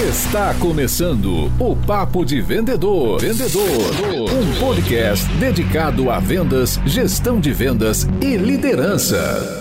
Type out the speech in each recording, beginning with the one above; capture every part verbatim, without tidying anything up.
Está começando o Papo de Vendedor. Vendedor, um podcast dedicado a vendas, gestão de vendas e liderança.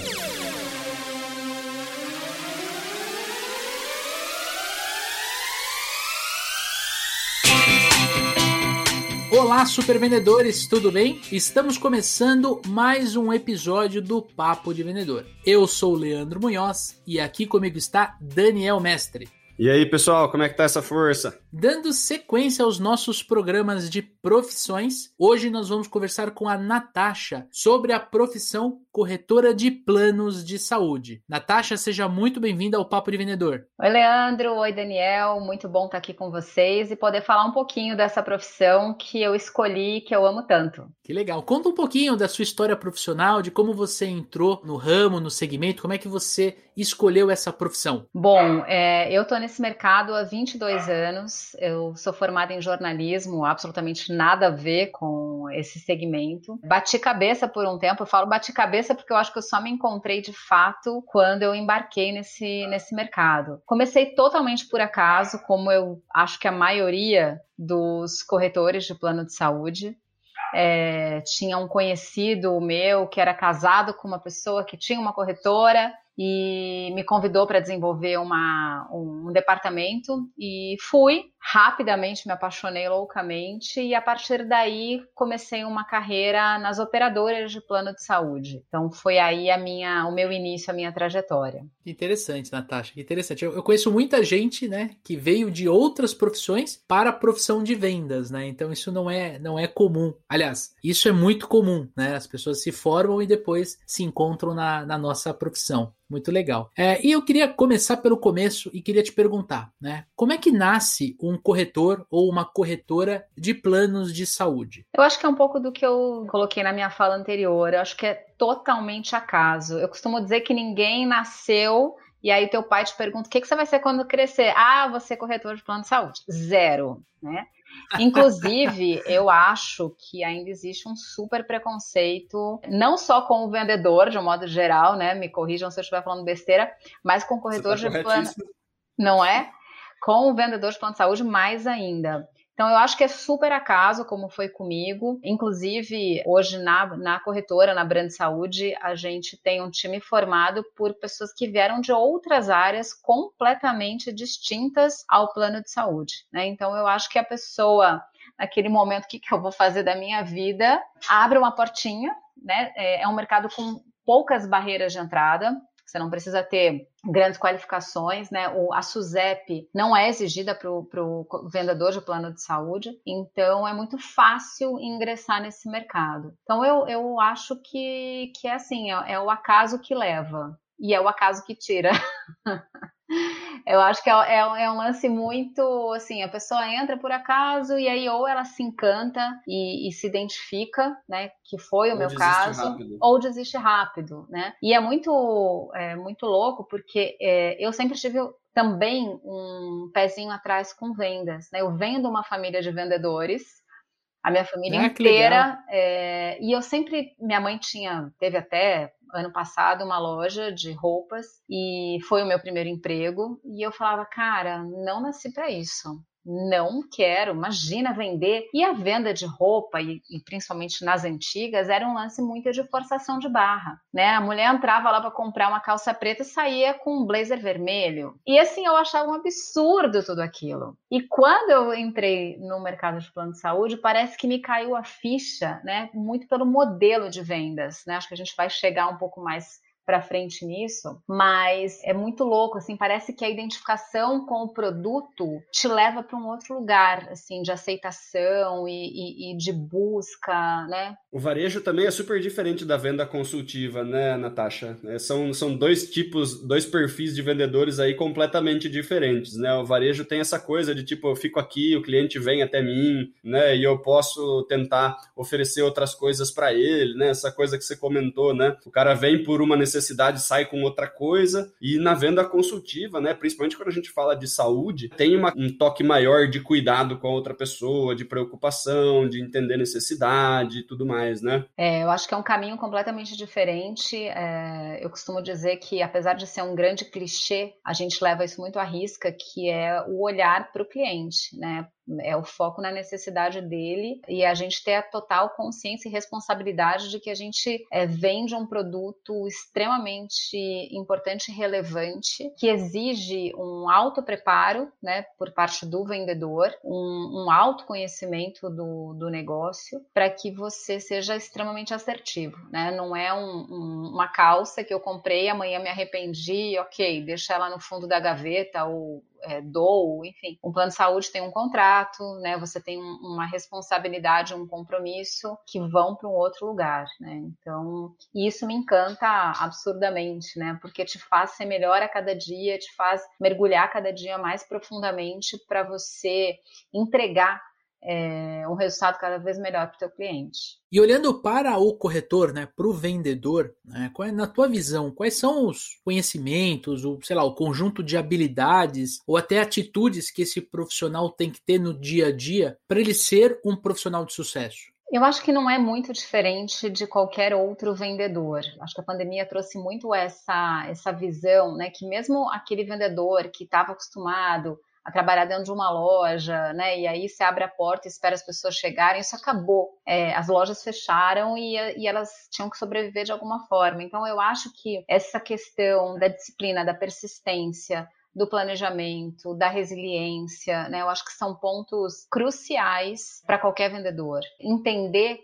Olá, super vendedores, tudo bem? Estamos começando mais um episódio do Papo de Vendedor. Eu sou o Leandro Munhoz e aqui comigo está Daniel Mestre. E aí, pessoal, como é que tá essa força? Dando sequência aos nossos programas de profissões, hoje nós vamos conversar com a Natasha sobre a profissão corretora de planos de saúde. Natasha, seja muito bem-vinda ao Papo de Vendedor. Oi, Leandro. Oi, Daniel. Muito bom estar aqui com vocês e poder falar um pouquinho dessa profissão que eu escolhi e que eu amo tanto. Que legal. Conta um pouquinho da sua história profissional, de como você entrou no ramo, no segmento, como é que você escolheu essa profissão? Bom, é, eu estou nesse mercado há vinte e dois anos, eu sou formada em jornalismo, absolutamente nada a ver com esse segmento. Bati cabeça por um tempo, eu falo bati cabeça porque eu acho que eu só me encontrei de fato quando eu embarquei nesse, nesse mercado. Comecei totalmente por acaso, como eu acho que a maioria dos corretores de plano de saúde. É, tinha um conhecido meu que era casado com uma pessoa que tinha uma corretora e me convidou para desenvolver uma, um, um departamento e fui, rapidamente me apaixonei loucamente e a partir daí comecei uma carreira nas operadoras de plano de saúde. Então foi aí a minha, o meu início, a minha trajetória. Que interessante, Natasha, que interessante. Eu, eu conheço muita gente, né, que veio de outras profissões para a profissão de vendas, né, então isso não é, não é comum. Aliás, isso é muito comum, né, as pessoas se formam e depois se encontram na, na nossa profissão. Muito legal. É, e eu queria começar pelo começo e queria te perguntar, né? Como é que nasce um corretor ou uma corretora de planos de saúde? Eu acho que é um pouco do que eu coloquei na minha fala anterior. Eu acho que é totalmente acaso. Eu costumo dizer que ninguém nasceu e aí teu pai te pergunta o que, que você vai ser quando crescer. Ah, você é corretor de plano de saúde. Zero, né? Inclusive, eu acho que ainda existe um super preconceito, não só com o vendedor, de um modo geral, né? Me corrijam se eu estiver falando besteira, mas com o corretor Você tá de plano, não é? Com o vendedor de plano de saúde, mais ainda. Então, eu acho que é super acaso, como foi comigo. Inclusive, hoje na, na corretora, na Brand Saúde, a gente tem um time formado por pessoas que vieram de outras áreas completamente distintas ao plano de saúde, né? Então, eu acho que a pessoa, naquele momento, o que, que eu vou fazer da minha vida, abre uma portinha, né? É, é um mercado com poucas barreiras de entrada. Você não precisa ter grandes qualificações, né? O, a SUSEP não é exigida para o vendedor de plano de saúde, então é muito fácil ingressar nesse mercado. Então eu, eu acho que, que é assim, é, é o acaso que leva e é o acaso que tira. Eu acho que é, é, é um lance muito, assim, a pessoa entra por acaso e aí ou ela se encanta e, e se identifica, né, que foi o ou meu desiste caso, rápido. ou desiste rápido, né? E é muito, é, muito louco porque é, eu sempre tive também um pezinho atrás com vendas, né? Eu venho de uma família de vendedores, a minha família ah, inteira, é, e eu sempre, minha mãe tinha, teve até ano passado uma loja de roupas e foi o meu primeiro emprego e eu falava, cara, não nasci para isso. Não quero, imagina vender. E a venda de roupa, e, e principalmente nas antigas, era um lance muito de forçação de barra, né? A mulher entrava lá para comprar uma calça preta e saía com um blazer vermelho. E assim, eu achava um absurdo tudo aquilo. E quando eu entrei no mercado de plano de saúde, parece que me caiu a ficha, né? Muito pelo modelo de vendas, né? Acho que a gente vai chegar um pouco mais para frente nisso, mas é muito louco, assim, parece que a identificação com o produto te leva para um outro lugar, assim, de aceitação e, e, e de busca, né? O varejo também é super diferente da venda consultiva, né, Natasha? É, são, são dois tipos, dois perfis de vendedores aí completamente diferentes, né? O varejo tem essa coisa de, tipo, eu fico aqui, o cliente vem até mim, né, e eu posso tentar oferecer outras coisas para ele, né? Essa coisa que você comentou, né? O cara vem por uma necessidade necessidade sai com outra coisa. E na venda consultiva, né, principalmente quando a gente fala de saúde, tem uma, um toque maior de cuidado com a outra pessoa, de preocupação, de entender necessidade e tudo mais, né? É, eu acho que é um caminho completamente diferente. É, eu costumo dizer que, apesar de ser um grande clichê, a gente leva isso muito à risca, que é o olhar para o cliente, né? É o foco na necessidade dele e a gente ter a total consciência e responsabilidade de que a gente é, vende um produto extremamente importante e relevante, que exige um alto preparo, né, por parte do vendedor, um, um autoconhecimento do, do negócio, para que você seja extremamente assertivo, né? Não é um, um, uma calça que eu comprei, amanhã me arrependi, ok, deixa ela no fundo da gaveta ou É, dou, enfim, um plano de saúde tem um contrato, né? Você tem um, uma responsabilidade, um compromisso que vão para um outro lugar, né? Então, isso me encanta absurdamente, né? Porque te faz ser melhor a cada dia, te faz mergulhar cada dia mais profundamente para você entregar É, um resultado cada vez melhor para o teu cliente. E olhando para o corretor, né, para o vendedor, né, qual é, na tua visão, quais são os conhecimentos, o, sei lá, o conjunto de habilidades ou até atitudes que esse profissional tem que ter no dia a dia para ele ser um profissional de sucesso? Eu acho que não é muito diferente de qualquer outro vendedor. Acho que a pandemia trouxe muito essa, essa visão, né, que mesmo aquele vendedor que estava acostumado a trabalhar dentro de uma loja, né? E aí você abre a porta e espera as pessoas chegarem, isso acabou. É, as lojas fecharam e, e elas tinham que sobreviver de alguma forma. Então, eu acho que essa questão da disciplina, da persistência, do planejamento, da resiliência, né? Eu acho que são pontos cruciais para qualquer vendedor. Entender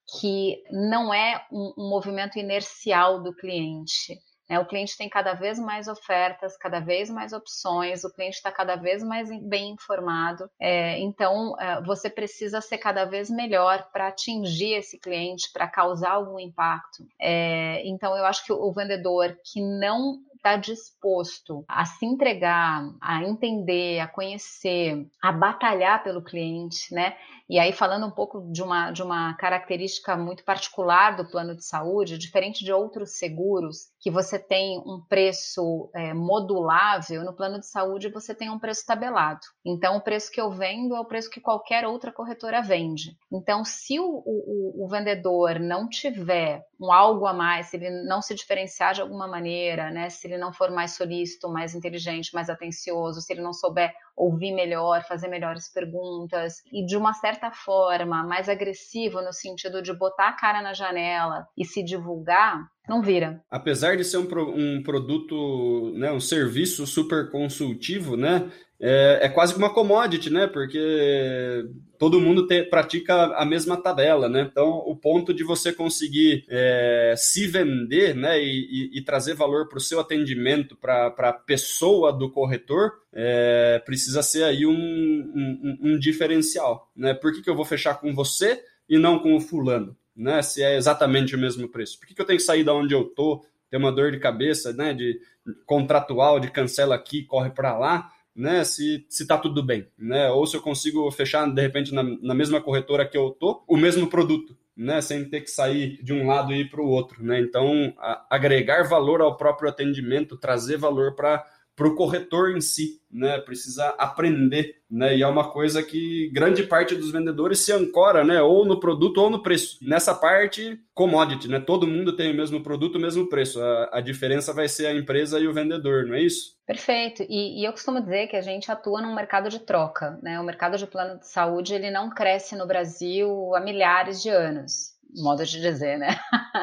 que não é um, um movimento inercial do cliente. O cliente tem cada vez mais ofertas, cada vez mais opções, o cliente está cada vez mais bem informado, é, então é, você precisa ser cada vez melhor para atingir esse cliente, para causar algum impacto. É, então eu acho que o vendedor que não está disposto a se entregar, a entender, a conhecer, a batalhar pelo cliente, né? E aí falando um pouco de uma, de uma característica muito particular do plano de saúde, diferente de outros seguros, que você tem um preço é, modulável, no plano de saúde você tem um preço tabelado. Então o preço que eu vendo é o preço que qualquer outra corretora vende. Então se o, o, o vendedor não tiver um algo a mais, se ele não se diferenciar de alguma maneira, né? Se ele não for mais solícito, mais inteligente, mais atencioso, se ele não souber ouvir melhor, fazer melhores perguntas e de uma certa forma mais agressivo no sentido de botar a cara na janela e se divulgar, não vira. Apesar de ser um, pro, um produto, né, um serviço super consultivo, né, é, é quase uma commodity, né, porque todo mundo te, pratica a mesma tabela, né, então o ponto de você conseguir é, se vender, né, e, e, e trazer valor para o seu atendimento, para a pessoa do corretor, é, precisa ser aí um, um, um diferencial, né, por que que eu vou fechar com você e não com o fulano? Né, se é exatamente o mesmo preço. Por que, que eu tenho que sair da onde eu tô, ter uma dor de cabeça, né, de contratual, de cancela aqui, corre para lá, né, se, se tá tudo bem, né, ou se eu consigo fechar, de repente, na, na mesma corretora que eu tô, o mesmo produto, né, sem ter que sair de um lado e ir para o outro, né, então a, agregar valor ao próprio atendimento, trazer valor para para o corretor em si, né? Precisa aprender, né? E é uma coisa que grande parte dos vendedores se ancora, né? Ou no produto ou no preço. Nessa parte, commodity, né? Todo mundo tem o mesmo produto, o mesmo preço. A, a diferença vai ser a empresa e o vendedor, não é isso? Perfeito. E, e eu costumo dizer que a gente atua num mercado de troca, né? O mercado de plano de saúde, ele não cresce no Brasil há milhares de anos. Modo de dizer, né?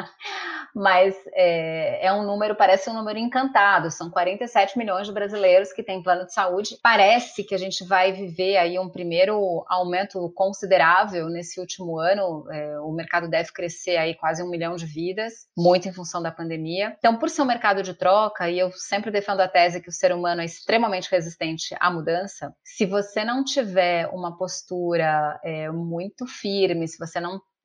Mas é, é um número, parece um número encantado, são quarenta e sete milhões de brasileiros que têm plano de saúde. Parece que a gente vai viver aí um primeiro aumento considerável nesse último ano, é, o mercado deve crescer aí quase um milhão de vidas, muito em função da pandemia. Então, por ser um mercado de troca, e eu sempre defendo a tese que o ser humano é extremamente resistente à mudança, se você não tiver uma postura é, muito firme, se você não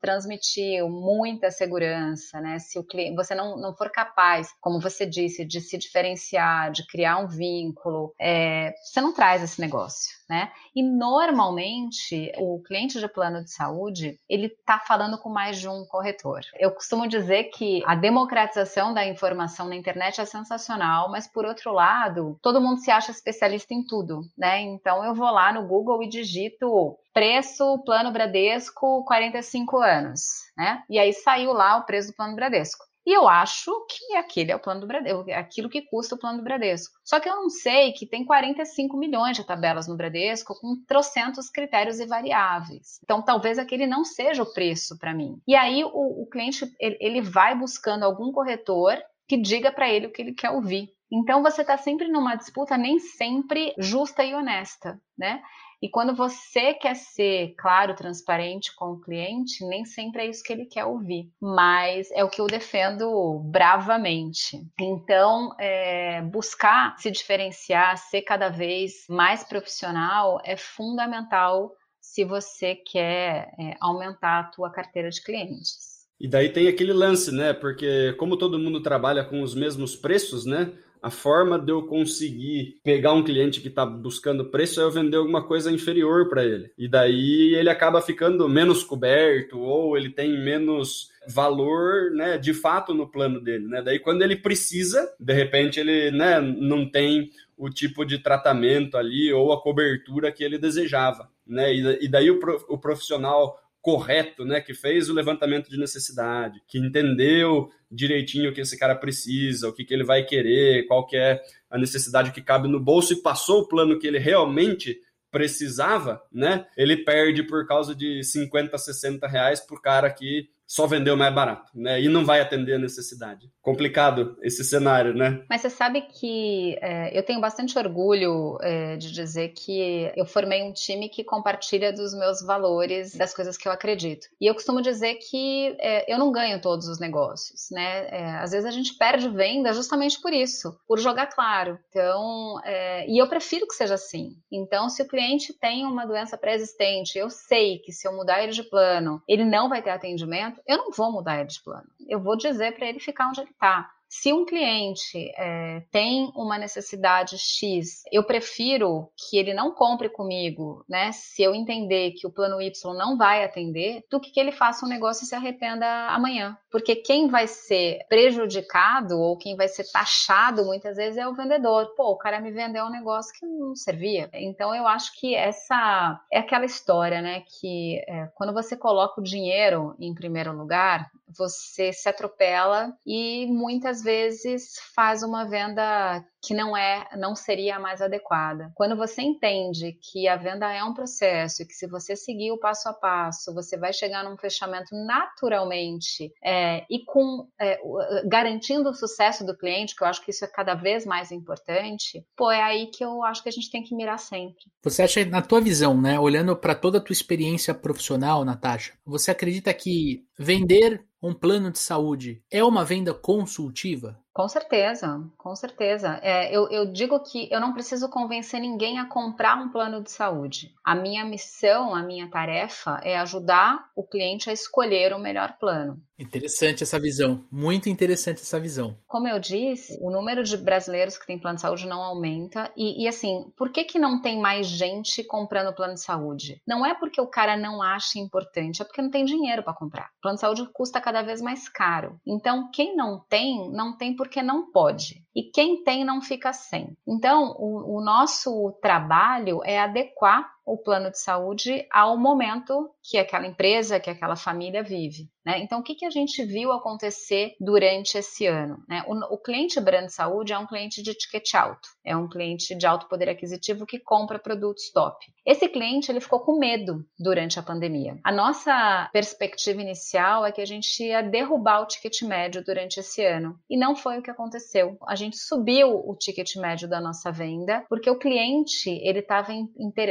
transmitir muita segurança, né? Se o cliente, você não, não for capaz, como você disse, de se diferenciar, de criar um vínculo, é, você não traz esse negócio, né? E normalmente o cliente de plano de saúde, ele está falando com mais de um corretor. Eu costumo dizer que a democratização da informação na internet é sensacional, mas por outro lado, todo mundo se acha especialista em tudo, né? Então eu vou lá no Google e digito preço, plano Bradesco, quarenta e cinco anos, né? E aí saiu lá o preço do plano Bradesco. E eu acho que aquele é o plano do Bradesco, aquilo que custa o plano do Bradesco. Só que eu não sei que tem quarenta e cinco milhões de tabelas no Bradesco com trocentos critérios e variáveis. Então, talvez aquele não seja o preço para mim. E aí, o, o cliente, ele, ele vai buscando algum corretor que diga para ele o que ele quer ouvir. Então, você está sempre numa disputa nem sempre justa e honesta, né? E quando você quer ser, claro, transparente com o cliente, nem sempre é isso que ele quer ouvir. Mas é o que eu defendo bravamente. Então, é, buscar se diferenciar, ser cada vez mais profissional é fundamental se você quer é, aumentar a tua carteira de clientes. E daí tem aquele lance, né? Porque como todo mundo trabalha com os mesmos preços, né? A forma de eu conseguir pegar um cliente que está buscando preço é eu vender alguma coisa inferior para ele. E daí ele acaba ficando menos coberto ou ele tem menos valor, né, de fato no plano dele, né? Daí quando ele precisa, de repente ele, né, não tem o tipo de tratamento ali ou a cobertura que ele desejava, né? E daí o profissional correto, né, que fez o levantamento de necessidade, que entendeu direitinho o que esse cara precisa, o que, que ele vai querer, qual que é a necessidade que cabe no bolso e passou o plano que ele realmente precisava, né, ele perde por causa de cinquenta, sessenta reais pro cara que só vendeu mais barato, né, e não vai atender a necessidade. Complicado esse cenário, né? Mas você sabe que é, eu tenho bastante orgulho é, de dizer que eu formei um time que compartilha dos meus valores, das coisas que eu acredito. E eu costumo dizer que é, eu não ganho todos os negócios, né? É, às vezes a gente perde venda justamente por isso, por jogar claro. Então, é, e eu prefiro que seja assim. Então, se o cliente tem uma doença pré-existente, eu sei que se eu mudar ele de plano, ele não vai ter atendimento, eu não vou mudar ele de plano. Eu vou dizer para ele ficar onde ele está. Se um cliente é, tem uma necessidade X, eu prefiro que ele não compre comigo, né? Se eu entender que o plano Y não vai atender, do que que ele faça um negócio e se arrependa amanhã. Porque quem vai ser prejudicado ou quem vai ser taxado muitas vezes é o vendedor. Pô, o cara me vendeu um negócio que não servia. Então eu acho que essa é aquela história, né? Que é, quando você coloca o dinheiro em primeiro lugar, você se atropela e muitas vezes faz uma venda que não é, não seria a mais adequada. Quando você entende que a venda é um processo e que se você seguir o passo a passo, você vai chegar num fechamento naturalmente é, e com é, garantindo o sucesso do cliente, que eu acho que isso é cada vez mais importante, pô, é aí que eu acho que a gente tem que mirar sempre. Você acha, na tua visão, né, olhando para toda a tua experiência profissional, Natasha, você acredita que vender um plano de saúde é uma venda consultiva? Com certeza, com certeza. É, eu, eu digo que eu não preciso convencer ninguém a comprar um plano de saúde. A minha missão, a minha tarefa é ajudar o cliente a escolher o melhor plano. Interessante essa visão, muito interessante essa visão. Como eu disse, o número de brasileiros que tem plano de saúde não aumenta e, e assim, por que que não tem mais gente comprando plano de saúde? Não é porque o cara não acha importante, é porque não tem dinheiro para comprar. O plano de saúde custa cada vez mais caro. Então, quem não tem, não tem porque não pode. E quem tem não fica sem. Então, o, o nosso trabalho é adequar o plano de saúde ao momento que aquela empresa, que aquela família vive, né? Então, o que, que a gente viu acontecer durante esse ano, né? O, o cliente Brand Saúde é um cliente de ticket alto, é um cliente de alto poder aquisitivo que compra produtos top. Esse cliente, ele ficou com medo durante a pandemia. A nossa perspectiva inicial é que a gente ia derrubar o ticket médio durante esse ano, e não foi o que aconteceu. A gente subiu o ticket médio da nossa venda, porque o cliente, ele estava interessado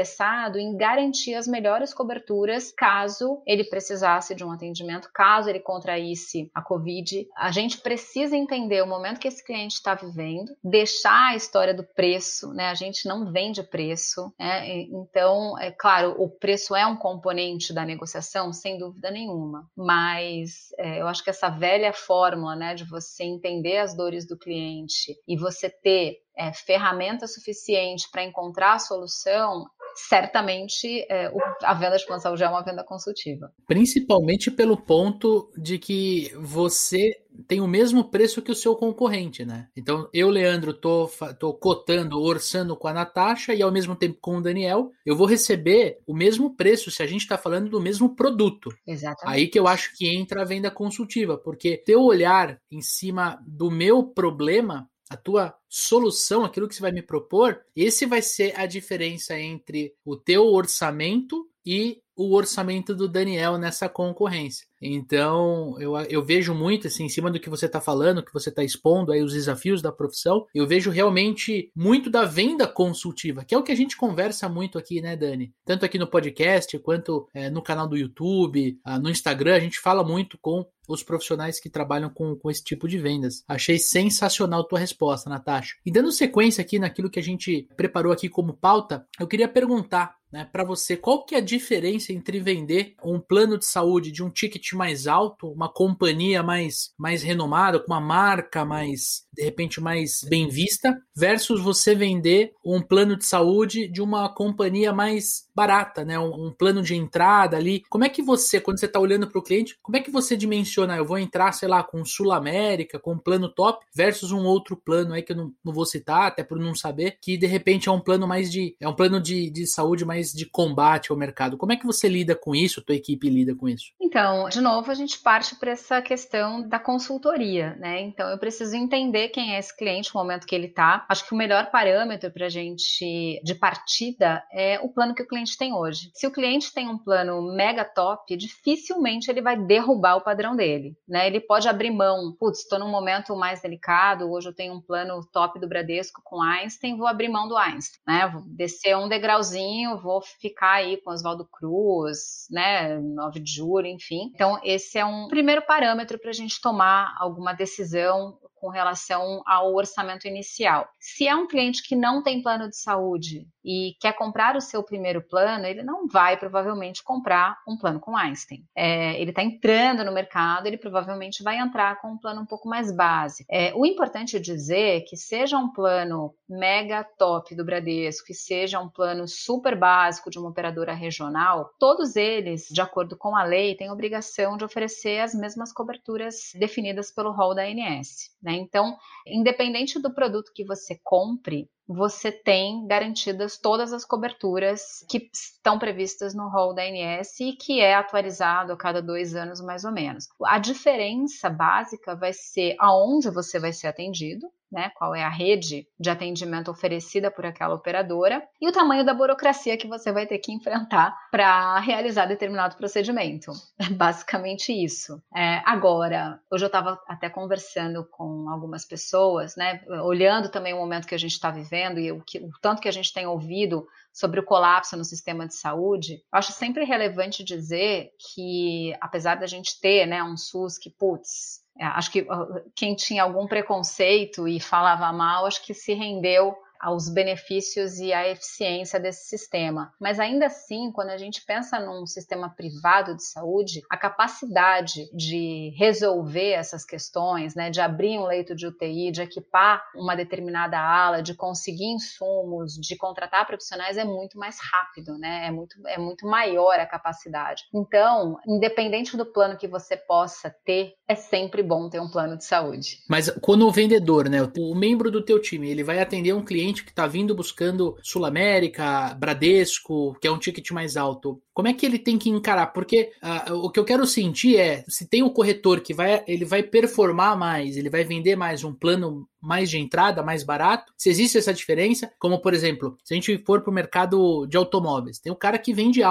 preocupado em garantir as melhores coberturas caso ele precisasse de um atendimento, caso ele contraísse a Covid. A gente precisa entender o momento que esse cliente está vivendo, deixar a história do preço, né? A gente não vende preço, né? Então, é claro, o preço é um componente da negociação, sem dúvida nenhuma, mas é, eu acho que essa velha fórmula, né, de você entender as dores do cliente e você ter é, ferramenta suficiente para encontrar a solução, certamente é, a venda de plano de saúde é uma venda consultiva. Principalmente pelo ponto de que você tem o mesmo preço que o seu concorrente, né? Então, eu, Leandro, tô, tô cotando, orçando com a Natasha e ao mesmo tempo com o Daniel, eu vou receber o mesmo preço se a gente está falando do mesmo produto. Exatamente. Aí que eu acho que entra a venda consultiva, porque teu olhar em cima do meu problema, a tua solução, aquilo que você vai me propor, esse vai ser a diferença entre o teu orçamento e o orçamento do Daniel nessa concorrência. Então, eu, eu vejo muito, assim, em cima do que você está falando, que você está expondo aí os desafios da profissão, eu vejo realmente muito da venda consultiva, que é o que a gente conversa muito aqui, né, Dani? Tanto aqui no podcast, quanto é, no canal do YouTube, ah, no Instagram, a gente fala muito com os profissionais que trabalham com, com esse tipo de vendas. Achei sensacional tua resposta, Natasha. E dando sequência aqui naquilo que a gente preparou aqui como pauta, eu queria perguntar, né, para você, qual que é a diferença entre vender um plano de saúde de um ticket mais alto, uma companhia mais, mais renomada, com uma marca mais, de repente, mais bem vista, versus você vender um plano de saúde de uma companhia mais barata, né, um, um plano de entrada ali. Como é que você, quando você está olhando para o cliente, como é que você dimensiona? Eu vou entrar, sei lá, com um Sul América, com um plano top, versus um outro plano aí que eu não, não vou citar, até por não saber, que de repente é um plano mais de, é um plano de, de saúde mais de combate ao mercado. Como é que você lida com isso? Tua equipe lida com isso? Então, de novo, a gente parte para essa questão da consultoria, né? Então, eu preciso entender quem é esse cliente, o momento que ele está. Acho que o melhor parâmetro para a gente, de partida, é o plano que o cliente tem hoje. Se o cliente tem um plano mega top, dificilmente ele vai derrubar o padrão dele, né? Ele pode abrir mão. Putz, estou num momento mais delicado, hoje eu tenho um plano top do Bradesco com Einstein, vou abrir mão do Einstein, né? Vou descer um degrauzinho, vou ficar aí com Oswaldo Cruz, né? nove de julho, enfim. Então, esse é um primeiro parâmetro para a gente tomar alguma decisão com relação ao orçamento inicial. Se é um cliente que não tem plano de saúde e quer comprar o seu primeiro plano, ele não vai provavelmente comprar um plano com Einstein. É, ele está entrando no mercado, ele provavelmente vai entrar com um plano um pouco mais básico. É, o importante é dizer que seja um plano mega top do Bradesco, que seja um plano super básico de uma operadora regional, todos eles, de acordo com a lei, têm obrigação de oferecer as mesmas coberturas definidas pelo rol da A N S, né? Então, independente do produto que você compre, você tem garantidas todas as coberturas que estão previstas no rol da A N S e que é atualizado a cada dois anos mais ou menos. A diferença básica vai ser aonde você vai ser atendido, né? Qual é a rede de atendimento oferecida por aquela operadora e o tamanho da burocracia que você vai ter que enfrentar para realizar determinado procedimento. É basicamente isso. É, agora, hoje eu estava até conversando com algumas pessoas, né? Olhando também o momento que a gente está vivendo e o, que, o tanto que a gente tem ouvido sobre o colapso no sistema de saúde, eu acho sempre relevante dizer que, apesar da gente ter, né, um SUS que, putz, acho que quem tinha algum preconceito e falava mal, acho que se rendeu aos benefícios e à eficiência desse sistema. Mas ainda assim, quando a gente pensa num sistema privado de saúde, a capacidade de resolver essas questões, né, de abrir um leito de U T I, de equipar uma determinada ala, de conseguir insumos, de contratar profissionais é muito mais rápido, né? É muito, é muito maior a capacidade. Então, independente do plano que você possa ter, é sempre bom ter um plano de saúde. Mas quando o vendedor, né, o membro do teu time, ele vai atender um cliente que está vindo buscando Sul América, Bradesco, que é um ticket mais alto, como é que ele tem que encarar? Porque uh, o que eu quero sentir é, se tem um corretor que vai, ele vai performar mais, ele vai vender mais um plano mais de entrada, mais barato, se existe essa diferença, como por exemplo, se a gente for para o mercado de automóveis, tem o cara que vende Audi,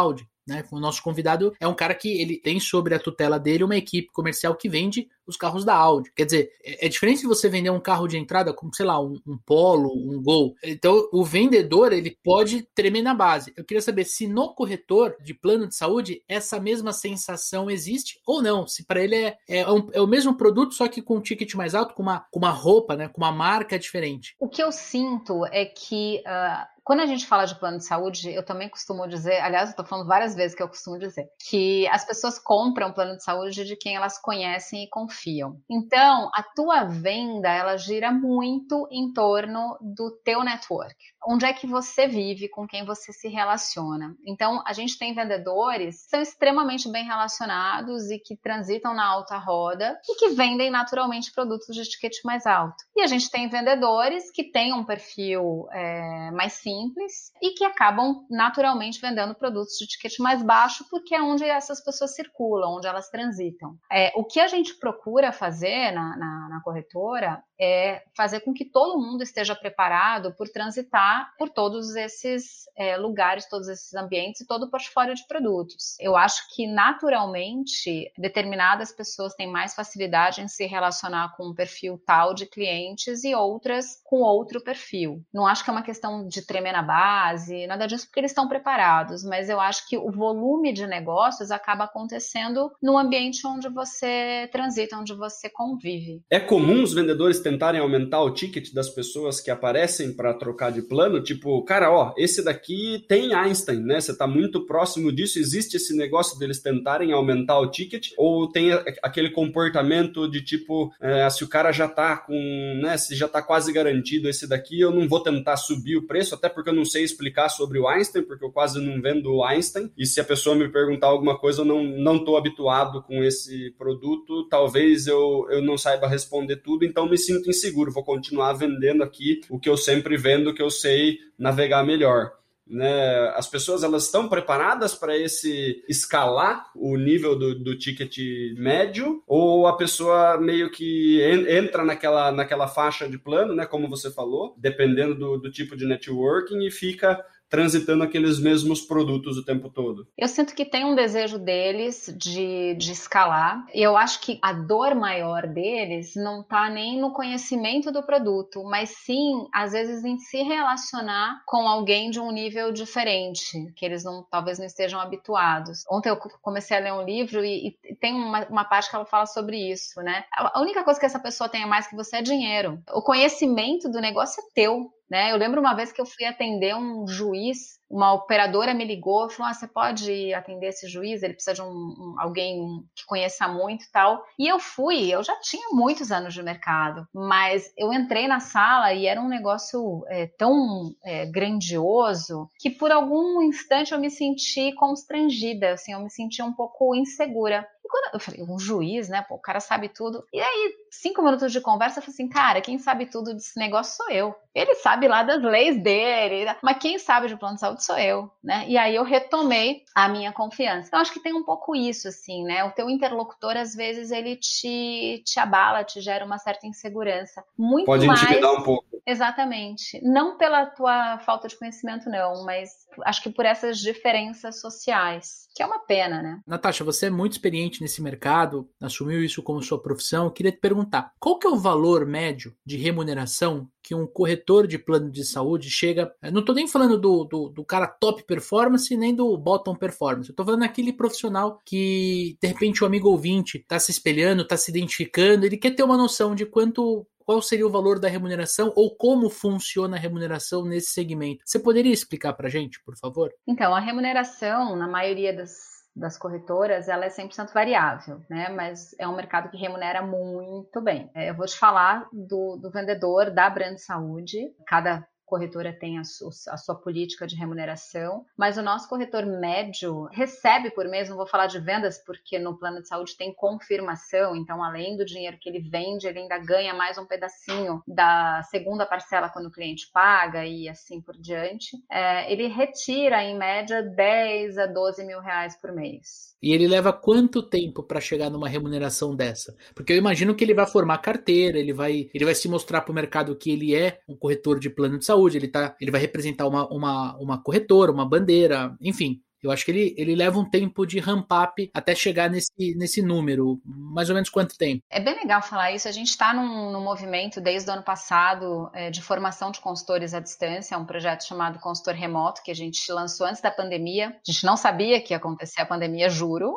né? O nosso convidado é um cara que ele tem sobre a tutela dele uma equipe comercial que vende os carros da Audi. Quer dizer, é, é diferente de você vender um carro de entrada como, sei lá, um, um Polo, um Gol. Então, o vendedor, ele pode tremer na base. Eu queria saber se no corretor de plano de saúde essa mesma sensação existe ou não. Se para ele é, é, um, é o mesmo produto, só que com um ticket mais alto, com uma, com uma roupa, né, com uma marca diferente. O que eu sinto é que... Uh... Quando a gente fala de plano de saúde, eu também costumo dizer, aliás, eu estou falando várias vezes que eu costumo dizer, que as pessoas compram plano de saúde de quem elas conhecem e confiam. Então, a tua venda, ela gira muito em torno do teu network. Onde é que você vive, com quem você se relaciona. Então, a gente tem vendedores que são extremamente bem relacionados e que transitam na alta roda e que vendem naturalmente produtos de ticket mais alto. E a gente tem vendedores que têm um perfil é, mais simples, simples e que acabam naturalmente vendendo produtos de ticket mais baixo porque é onde essas pessoas circulam, onde elas transitam. É, o que a gente procura fazer na, na, na corretora é fazer com que todo mundo esteja preparado por transitar por todos esses é, lugares, todos esses ambientes e todo o portfólio de produtos. Eu acho que naturalmente determinadas pessoas têm mais facilidade em se relacionar com um perfil tal de clientes e outras com outro perfil. Não acho que é uma questão de tremer na base, nada disso, porque eles estão preparados, mas eu acho que o volume de negócios acaba acontecendo no ambiente onde você transita, onde você convive. É comum os vendedores tentarem aumentar o ticket das pessoas que aparecem para trocar de plano? Tipo, cara, ó, esse daqui tem Einstein, né? Você tá muito próximo disso, existe esse negócio deles tentarem aumentar o ticket? Ou tem aquele comportamento de tipo, é, se o cara já tá com, né, se já tá quase garantido esse daqui, eu não vou tentar subir o preço, até porque eu não sei explicar sobre o Einstein, porque eu quase não vendo o Einstein, e se a pessoa me perguntar alguma coisa, eu não, não tô habituado com esse produto, talvez eu, eu não saiba responder tudo, então me sinto inseguro, vou continuar vendendo aqui o que eu sempre vendo, que eu sei navegar melhor. Né? As pessoas elas estão preparadas para esse escalar o nível do, do ticket médio, ou a pessoa meio que en, entra naquela, naquela faixa de plano, né? Como você falou, dependendo do, do tipo de networking, e fica transitando aqueles mesmos produtos o tempo todo? Eu sinto que tem um desejo deles de, de escalar, e eu acho que a dor maior deles não está nem no conhecimento do produto, mas sim, às vezes, em se relacionar com alguém de um nível diferente, que eles não, talvez não estejam habituados. Ontem eu comecei a ler um livro e, e tem uma, uma parte que ela fala sobre isso, né? A única coisa que essa pessoa tem a mais que você é dinheiro. O conhecimento do negócio é teu. Né? Eu lembro uma vez que eu fui atender um juiz, uma operadora me ligou e falou, ah, você pode atender esse juiz? Ele precisa de um, um, alguém que conheça muito e tal. E eu fui, eu já tinha muitos anos de mercado, mas eu entrei na sala e era um negócio é, tão é, grandioso que por algum instante eu me senti constrangida, assim, eu me senti um pouco insegura. E quando eu falei, um juiz, né? Pô, o cara sabe tudo. E aí, cinco minutos de conversa, eu falei assim, cara, quem sabe tudo desse negócio sou eu. Ele sabe lá das leis dele, mas quem sabe de plano de saúde sou eu, né? E aí eu retomei a minha confiança. Então, acho que tem um pouco isso, assim, né? O teu interlocutor, às vezes, ele te, te abala, te gera uma certa insegurança. Muito Pode mais... intimidar um pouco. Exatamente. Não pela tua falta de conhecimento, não, mas acho que por essas diferenças sociais, que é uma pena, né? Natasha, você é muito experiente nesse mercado, assumiu isso como sua profissão. Eu queria te perguntar, qual que é o valor médio de remuneração que um corretor de plano de saúde chega... Eu não estou nem falando do, do, do cara top performance, nem do bottom performance. Eu estou falando daquele profissional que, de repente, o amigo ouvinte está se espelhando, está se identificando, ele quer ter uma noção de quanto... Qual seria o valor da remuneração ou como funciona a remuneração nesse segmento? Você poderia explicar para a gente, por favor? Então, a remuneração, na maioria das, das corretoras, ela é cem por cento variável, né? Mas é um mercado que remunera muito bem. Eu vou te falar do, do vendedor da Brand Saúde. Cada corretora tem a, su, a sua política de remuneração, mas o nosso corretor médio recebe por mês, não vou falar de vendas, porque no plano de saúde tem confirmação, então além do dinheiro que ele vende, ele ainda ganha mais um pedacinho da segunda parcela quando o cliente paga e assim por diante. É, ele retira, em média, dez a doze mil reais por mês. E ele leva quanto tempo para chegar numa remuneração dessa? Porque eu imagino que ele vai formar carteira, ele vai, ele vai se mostrar para o mercado que ele é um corretor de plano de saúde, ele, tá, ele vai representar uma, uma, uma corretora, uma bandeira, enfim. Eu acho que ele, ele leva um tempo de ramp-up até chegar nesse, nesse número. Mais ou menos quanto tempo? É bem legal falar isso. A gente está num, num movimento desde o ano passado é, de formação de consultores à distância, é um projeto chamado Consultor Remoto, que a gente lançou antes da pandemia. A gente não sabia que ia acontecer a pandemia, juro.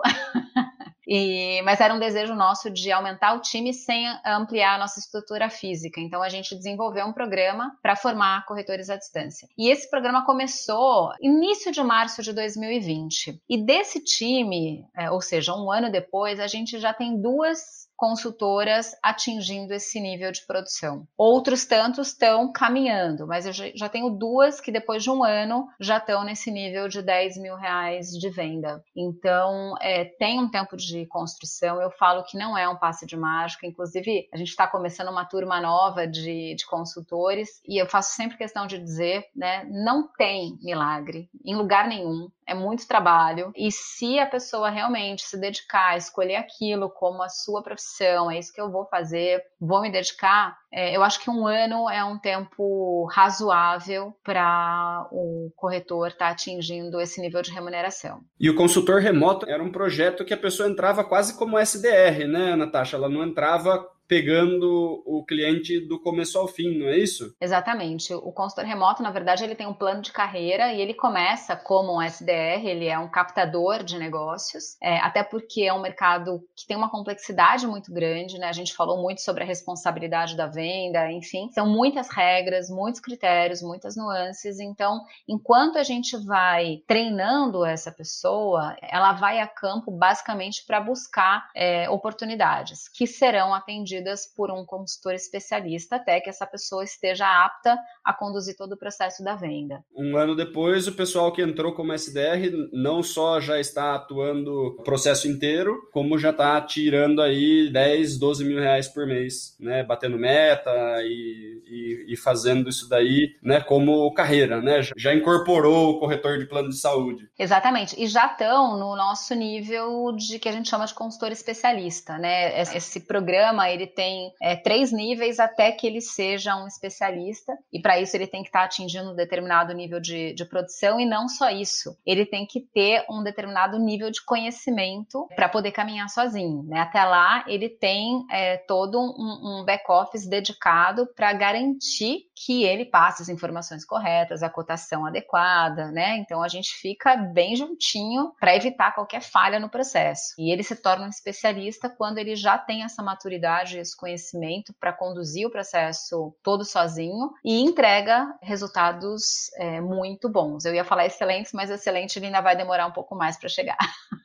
E, mas era um desejo nosso de aumentar o time sem ampliar a nossa estrutura física. Então a gente desenvolveu um programa para formar corretores à distância. E esse programa começou início de março de dois mil e vinte. E desse time, é, ou seja, um ano depois, a gente já tem duas consultoras atingindo esse nível de produção. Outros tantos estão caminhando, mas eu já tenho duas que depois de um ano já estão nesse nível de dez mil reais de venda. Então, é, tem um tempo de construção. Eu falo que não é um passe de mágica. Inclusive, a gente está começando uma turma nova de, de consultores e eu faço sempre questão de dizer, né, não tem milagre em lugar nenhum. É muito trabalho e se a pessoa realmente se dedicar a escolher aquilo como a sua profissão, é isso que eu vou fazer, vou me dedicar, é, eu acho que um ano é um tempo razoável para o corretor estar tá atingindo esse nível de remuneração. E o consultor remoto era um projeto que a pessoa entrava quase como S D R, né, Natasha? Ela não entrava pegando o cliente do começo ao fim, não é isso? Exatamente. O consultor remoto, na verdade, ele tem um plano de carreira e ele começa como um S D R, ele é um captador de negócios, é, até porque é um mercado que tem uma complexidade muito grande, né? A gente falou muito sobre a responsabilidade da venda, enfim, são muitas regras, muitos critérios, muitas nuances, então, enquanto a gente vai treinando essa pessoa, ela vai a campo basicamente para buscar é, oportunidades que serão atendidas por um consultor especialista até que essa pessoa esteja apta a conduzir todo o processo da venda. Um ano depois, o pessoal que entrou como S D R não só já está atuando o processo inteiro, como já está tirando aí dez, doze mil reais por mês, né? Batendo meta e, e, e fazendo isso daí, né? Como carreira, né? Já incorporou o corretor de plano de saúde. Exatamente. E já estão no nosso nível de que a gente chama de consultor especialista, né? Esse programa, ele tem é, três níveis até que ele seja um especialista e para isso ele tem que estar tá atingindo um determinado nível de, de produção e não só isso, ele tem que ter um determinado nível de conhecimento para poder caminhar sozinho, né? Até lá ele tem é, todo um, um back-office dedicado para garantir que ele passe as informações corretas, a cotação adequada, né? Então a gente fica bem juntinho para evitar qualquer falha no processo. E ele se torna um especialista quando ele já tem essa maturidade, esse conhecimento para conduzir o processo todo sozinho e entrega resultados é, muito bons. Eu ia falar excelentes, mas excelente ele ainda vai demorar um pouco mais para chegar.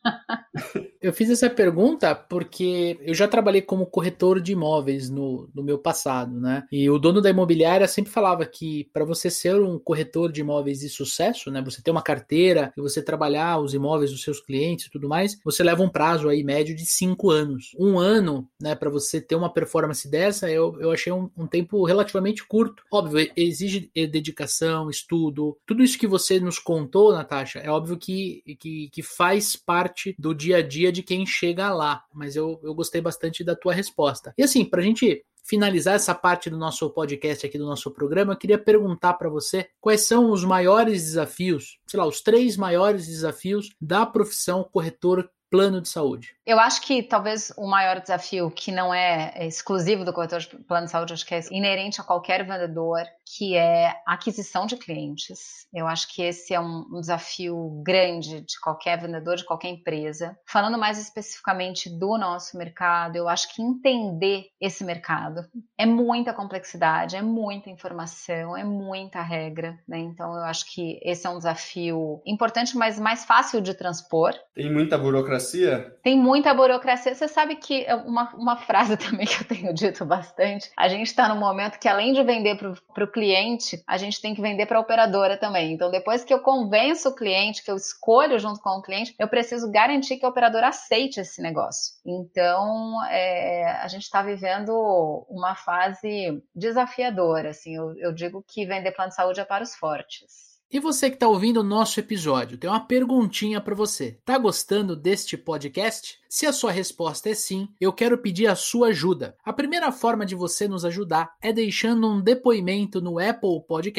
Eu fiz essa pergunta porque eu já trabalhei como corretor de imóveis no, no meu passado, né? E o dono da imobiliária sempre falava que para você ser um corretor de imóveis de sucesso, né? Você ter uma carteira e você trabalhar os imóveis dos seus clientes e tudo mais, você leva um prazo aí médio de cinco anos. Um ano, né? Para você ter uma performance dessa, eu, eu achei um, um tempo relativamente curto. Óbvio, exige dedicação, estudo. Tudo isso que você nos contou, Natasha, é óbvio que, que, que faz parte do dia a dia de quem chega lá, mas eu, eu gostei bastante da tua resposta. E assim, pra gente finalizar essa parte do nosso podcast aqui, do nosso programa, eu queria perguntar para você quais são os maiores desafios, sei lá, os três maiores desafios da profissão corretor plano de saúde. Eu acho que talvez o maior desafio, que não é exclusivo do corretor de plano de saúde, acho que é inerente a qualquer vendedor, que é a aquisição de clientes. Eu acho que esse é um, um desafio grande de qualquer vendedor, de qualquer empresa. Falando mais especificamente do nosso mercado, eu acho que entender esse mercado é muita complexidade, é muita informação, é muita regra, né? Então eu acho que esse é um desafio importante, mas mais fácil de transpor. Tem muita burocracia? Tem muita burocracia. Você sabe que uma, uma frase também que eu tenho dito bastante, a gente está num momento que além de vender para o cliente, a gente tem que vender para a operadora também. Então depois que eu convenço o cliente, que eu escolho junto com o cliente, eu preciso garantir que a operadora aceite esse negócio. Então é, a gente está vivendo uma fase desafiadora. Assim, eu, eu digo que vender plano de saúde é para os fortes. E você que está ouvindo o nosso episódio, tem uma perguntinha para você. Tá gostando deste podcast? Se a sua resposta é sim, eu quero pedir a sua ajuda. A primeira forma de você nos ajudar é deixando um depoimento no Apple Podcast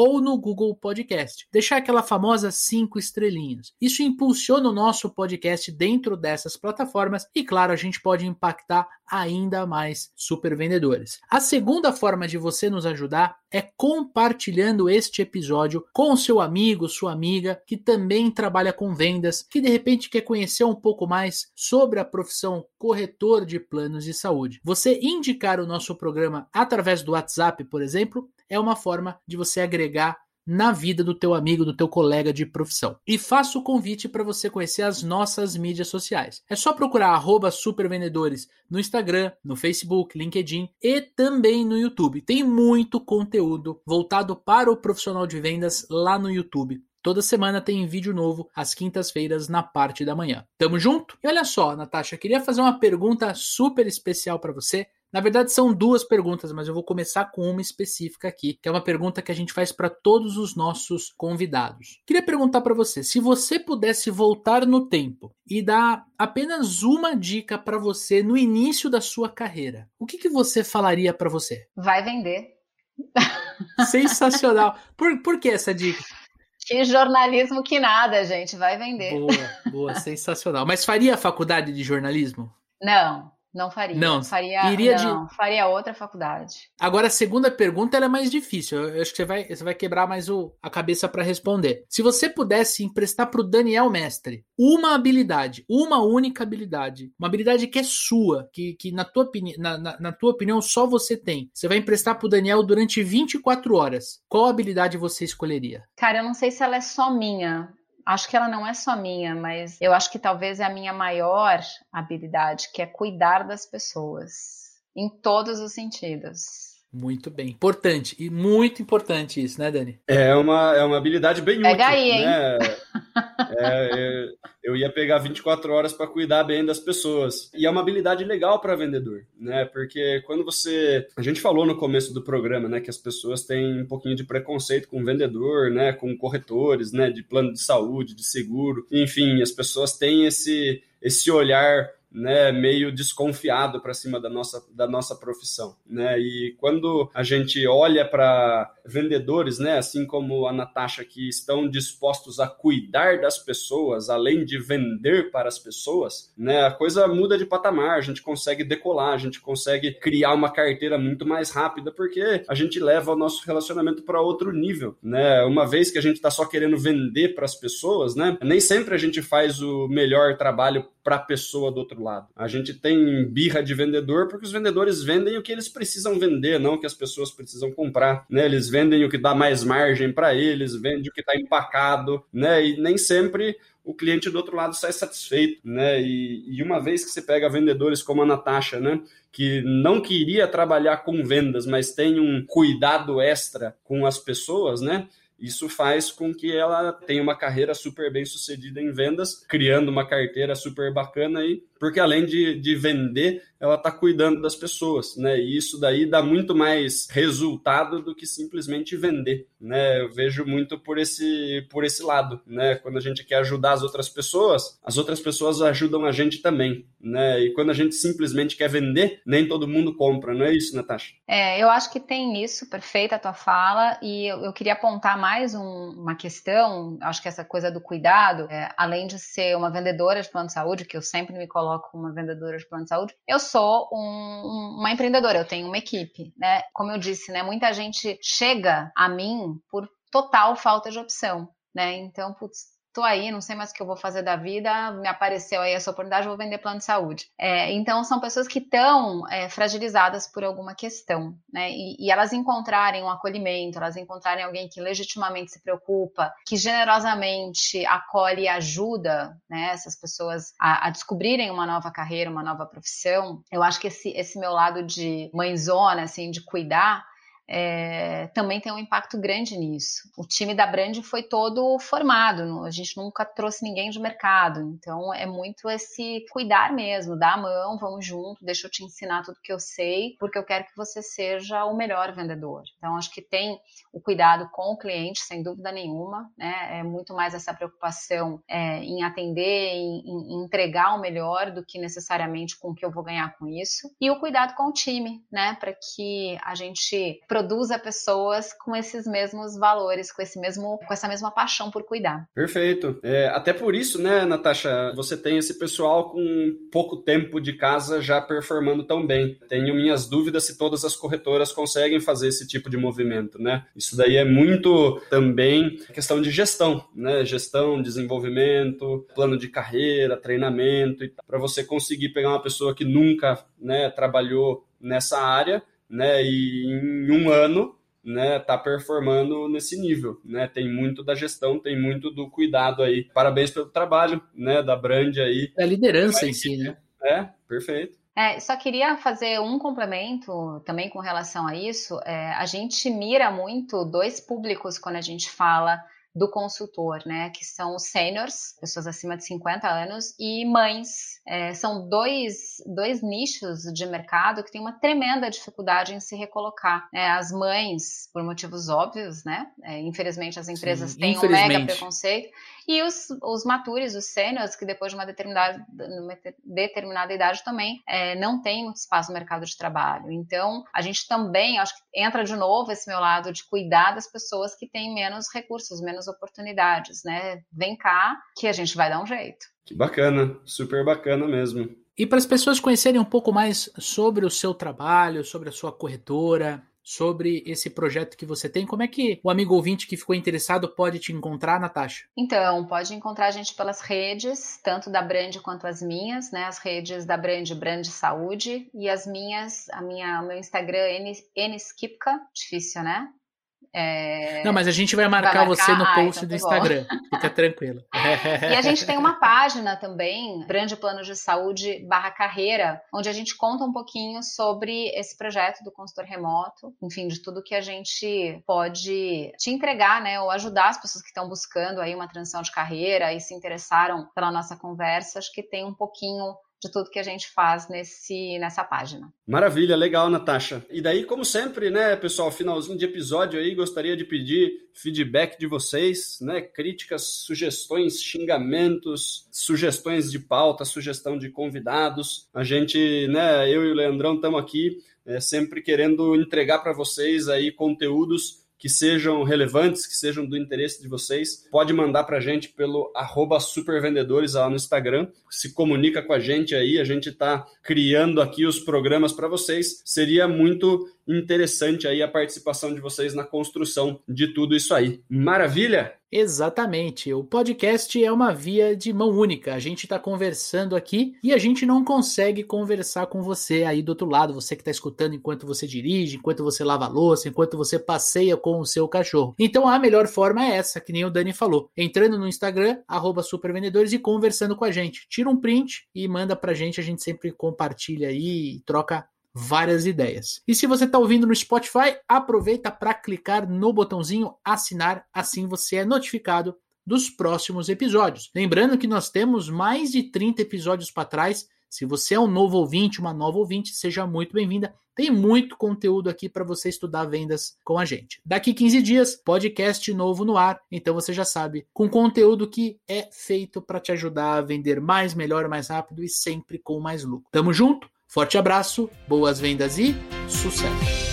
ou no Google Podcast. Deixar aquela famosa cinco estrelinhas. Isso impulsiona o nosso podcast dentro dessas plataformas e, claro, a gente pode impactar ainda mais super vendedores. A segunda forma de você nos ajudar é compartilhando este episódio com o seu amigo, sua amiga, que também trabalha com vendas, que de repente quer conhecer um pouco mais sobre a profissão corretor de planos de saúde. Você indicar o nosso programa através do WhatsApp, por exemplo, é uma forma de você agregar na vida do teu amigo, do teu colega de profissão. E faço o convite para você conhecer as nossas mídias sociais. É só procurar arroba supervendedores no Instagram, no Facebook, LinkedIn e também no YouTube. Tem muito conteúdo voltado para o profissional de vendas lá no YouTube. Toda semana tem vídeo novo às quintas-feiras na parte da manhã. Tamo junto? E olha só, Natasha, queria fazer uma pergunta super especial para você. Na verdade, são duas perguntas, mas eu vou começar com uma específica aqui, que é uma pergunta que a gente faz para todos os nossos convidados. Queria perguntar para você, se você pudesse voltar no tempo e dar apenas uma dica para você no início da sua carreira, o que, que você falaria para você? Vai vender. Sensacional. Por, por que essa dica? Que jornalismo que nada, gente. Vai vender. Boa, boa, sensacional. Mas faria a faculdade de jornalismo? Não. Não faria. Não, faria, iria não, de... faria outra faculdade. Agora, a segunda pergunta ela é mais difícil. Eu acho que você vai, você vai quebrar mais o, a cabeça para responder. Se você pudesse emprestar para o Daniel Mestre uma habilidade, uma única habilidade, uma habilidade que é sua, que, que na, tua opini... na, na, na tua opinião só você tem, você vai emprestar para o Daniel durante vinte e quatro horas. Qual habilidade você escolheria? Cara, eu não sei se ela é só minha. Acho que ela não é só minha, mas eu acho que talvez é a minha maior habilidade, que é cuidar das pessoas, em todos os sentidos. Muito bem, importante, e muito importante isso, né, Dani? É uma, é uma habilidade bem Pega útil, aí, hein? né? É, eu ia pegar vinte e quatro horas para cuidar bem das pessoas. E é uma habilidade legal para vendedor, né? Porque quando você... A gente falou no começo do programa, né? Que as pessoas têm um pouquinho de preconceito com vendedor, né? Com corretores, né? De plano de saúde, de seguro. Enfim, as pessoas têm esse, esse olhar... né, meio desconfiado para cima da nossa, da nossa profissão, né? E quando a gente olha para vendedores, né, assim como a Natasha, que estão dispostos a cuidar das pessoas, além de vender para as pessoas, né, a coisa muda de patamar, a gente consegue decolar, a gente consegue criar uma carteira muito mais rápida, porque a gente leva o nosso relacionamento para outro nível, né? Uma vez que a gente está só querendo vender para as pessoas, né, nem sempre a gente faz o melhor trabalho para a pessoa do outro lado. A gente tem birra de vendedor porque os vendedores vendem o que eles precisam vender, não o que as pessoas precisam comprar, né? Eles vendem o que dá mais margem para eles, vendem o que está empacado, né? E nem sempre o cliente do outro lado sai satisfeito, né? E, e uma vez que você pega vendedores como a Natasha, né, que não queria trabalhar com vendas, mas tem um cuidado extra com as pessoas, né? Isso faz com que ela tenha uma carreira super bem sucedida em vendas, criando uma carteira super bacana aí, porque além de, de vender, ela está cuidando das pessoas, né? E isso daí dá muito mais resultado do que simplesmente vender, né? Eu vejo muito por esse, por esse lado, né? Quando a gente quer ajudar as outras pessoas, as outras pessoas ajudam a gente também, né? E quando a gente simplesmente quer vender, nem todo mundo compra, não é isso, Natasha? É, eu acho que tem isso, perfeita a tua fala, e eu, eu queria apontar mais um, uma questão, acho que essa coisa do cuidado, é, além de ser uma vendedora de plano de saúde, que eu sempre me coloco como uma vendedora de plano de saúde, eu sou um, uma empreendedora, eu tenho uma equipe, né? Como eu disse, né, muita gente chega a mim por total falta de opção, né? Então, putz, tô aí, não sei mais o que eu vou fazer da vida, me apareceu aí essa oportunidade, vou vender plano de saúde. É, então, são pessoas que estão é, fragilizadas por alguma questão, né? E, e elas encontrarem um acolhimento, elas encontrarem alguém que legitimamente se preocupa, que generosamente acolhe e ajuda, né, essas pessoas a, a descobrirem uma nova carreira, uma nova profissão. Eu acho que esse, esse meu lado de mãezona, assim, de cuidar, É, também tem um impacto grande nisso. O time da Brand foi todo formado, a gente nunca trouxe ninguém de mercado, então é muito esse cuidar mesmo, dar a mão, vamos junto, deixa eu te ensinar tudo que eu sei, porque eu quero que você seja o melhor vendedor. Então acho que tem o cuidado com o cliente, sem dúvida nenhuma, né? É muito mais essa preocupação é, em atender, em, em entregar o melhor do que necessariamente com o que eu vou ganhar com isso, e o cuidado com o time, né? Para que a gente produza produza pessoas com esses mesmos valores, com esse mesmo, com essa mesma paixão por cuidar. Perfeito. É, até por isso, né, Natasha, você tem esse pessoal com pouco tempo de casa já performando tão bem. Tenho minhas dúvidas se todas as corretoras conseguem fazer esse tipo de movimento, né? Isso daí é muito também questão de gestão, né? Gestão, desenvolvimento, plano de carreira, treinamento, para você conseguir pegar uma pessoa que nunca, né, trabalhou nessa área, né, e em um ano, né, tá performando nesse nível, né? Tem muito da gestão, tem muito do cuidado aí. Parabéns pelo trabalho, né, da Brand aí. Da liderança em si, né? É, perfeito. É, só queria fazer um complemento também com relação a isso. É, a gente mira muito dois públicos quando a gente fala do consultor, né, que são os seniors, pessoas acima de cinquenta anos, e mães. É, são dois, dois nichos de mercado que têm uma tremenda dificuldade em se recolocar. É, as mães, por motivos óbvios, né, é, infelizmente as empresas Sim, têm um mega preconceito, e os, os matures, os seniors, que depois de uma determinada, uma determinada idade também é, não têm muito espaço no mercado de trabalho. Então, a gente também, acho que entra de novo esse meu lado de cuidar das pessoas que têm menos recursos, menos oportunidades, né? Vem cá que a gente vai dar um jeito. Que bacana, super bacana mesmo. E para as pessoas conhecerem um pouco mais sobre o seu trabalho, sobre a sua corretora, sobre esse projeto que você tem, como é que o amigo ouvinte que ficou interessado pode te encontrar, Natasha? Então, pode encontrar a gente pelas redes, tanto da Brand quanto as minhas, né? As redes da Brand, Brand Saúde, e as minhas, a minha, meu Instagram, nskipka, difícil, né? É... Não, mas a gente vai marcar, vai marcar? você no post ah, então do Instagram, fica tranquilo. E a gente tem uma página também, Brand Planos de Saúde barra carreira, onde a gente conta um pouquinho sobre esse projeto do consultor remoto, enfim, de tudo que a gente pode te entregar, né, ou ajudar as pessoas que estão buscando aí uma transição de carreira e se interessaram pela nossa conversa. Acho que tem um pouquinho de tudo que a gente faz nesse, nessa página. Maravilha, legal, Natasha. E daí, como sempre, né, pessoal, finalzinho de episódio aí, gostaria de pedir feedback de vocês, né, críticas, sugestões, xingamentos, sugestões de pauta, sugestão de convidados. A gente, né, eu e o Leandrão estamos aqui é, sempre querendo entregar para vocês aí conteúdos que sejam relevantes, que sejam do interesse de vocês. Pode mandar para a gente pelo arroba supervendedores lá no Instagram. Se comunica com a gente aí, a gente está criando aqui os programas para vocês. Seria muito interessante aí a participação de vocês na construção de tudo isso aí. Maravilha? Exatamente. O podcast é uma via de mão única. A gente está conversando aqui e a gente não consegue conversar com você aí do outro lado. Você que está escutando enquanto você dirige, enquanto você lava a louça, enquanto você passeia com o seu cachorro. Então a melhor forma é essa, que nem o Dani falou. Entrando no Instagram, arroba supervendedores, e conversando com a gente. Tira um print e manda pra gente. A gente sempre compartilha aí e troca várias ideias. E se você está ouvindo no Spotify, aproveita para clicar no botãozinho assinar, assim você é notificado dos próximos episódios. Lembrando que nós temos mais de trinta episódios para trás. Se você é um novo ouvinte, uma nova ouvinte, seja muito bem-vinda. Tem muito conteúdo aqui para você estudar vendas com a gente. Daqui quinze dias, podcast novo no ar. Então você já sabe, com conteúdo que é feito para te ajudar a vender mais, melhor, mais rápido e sempre com mais lucro. Tamo junto? Forte abraço, boas vendas e sucesso!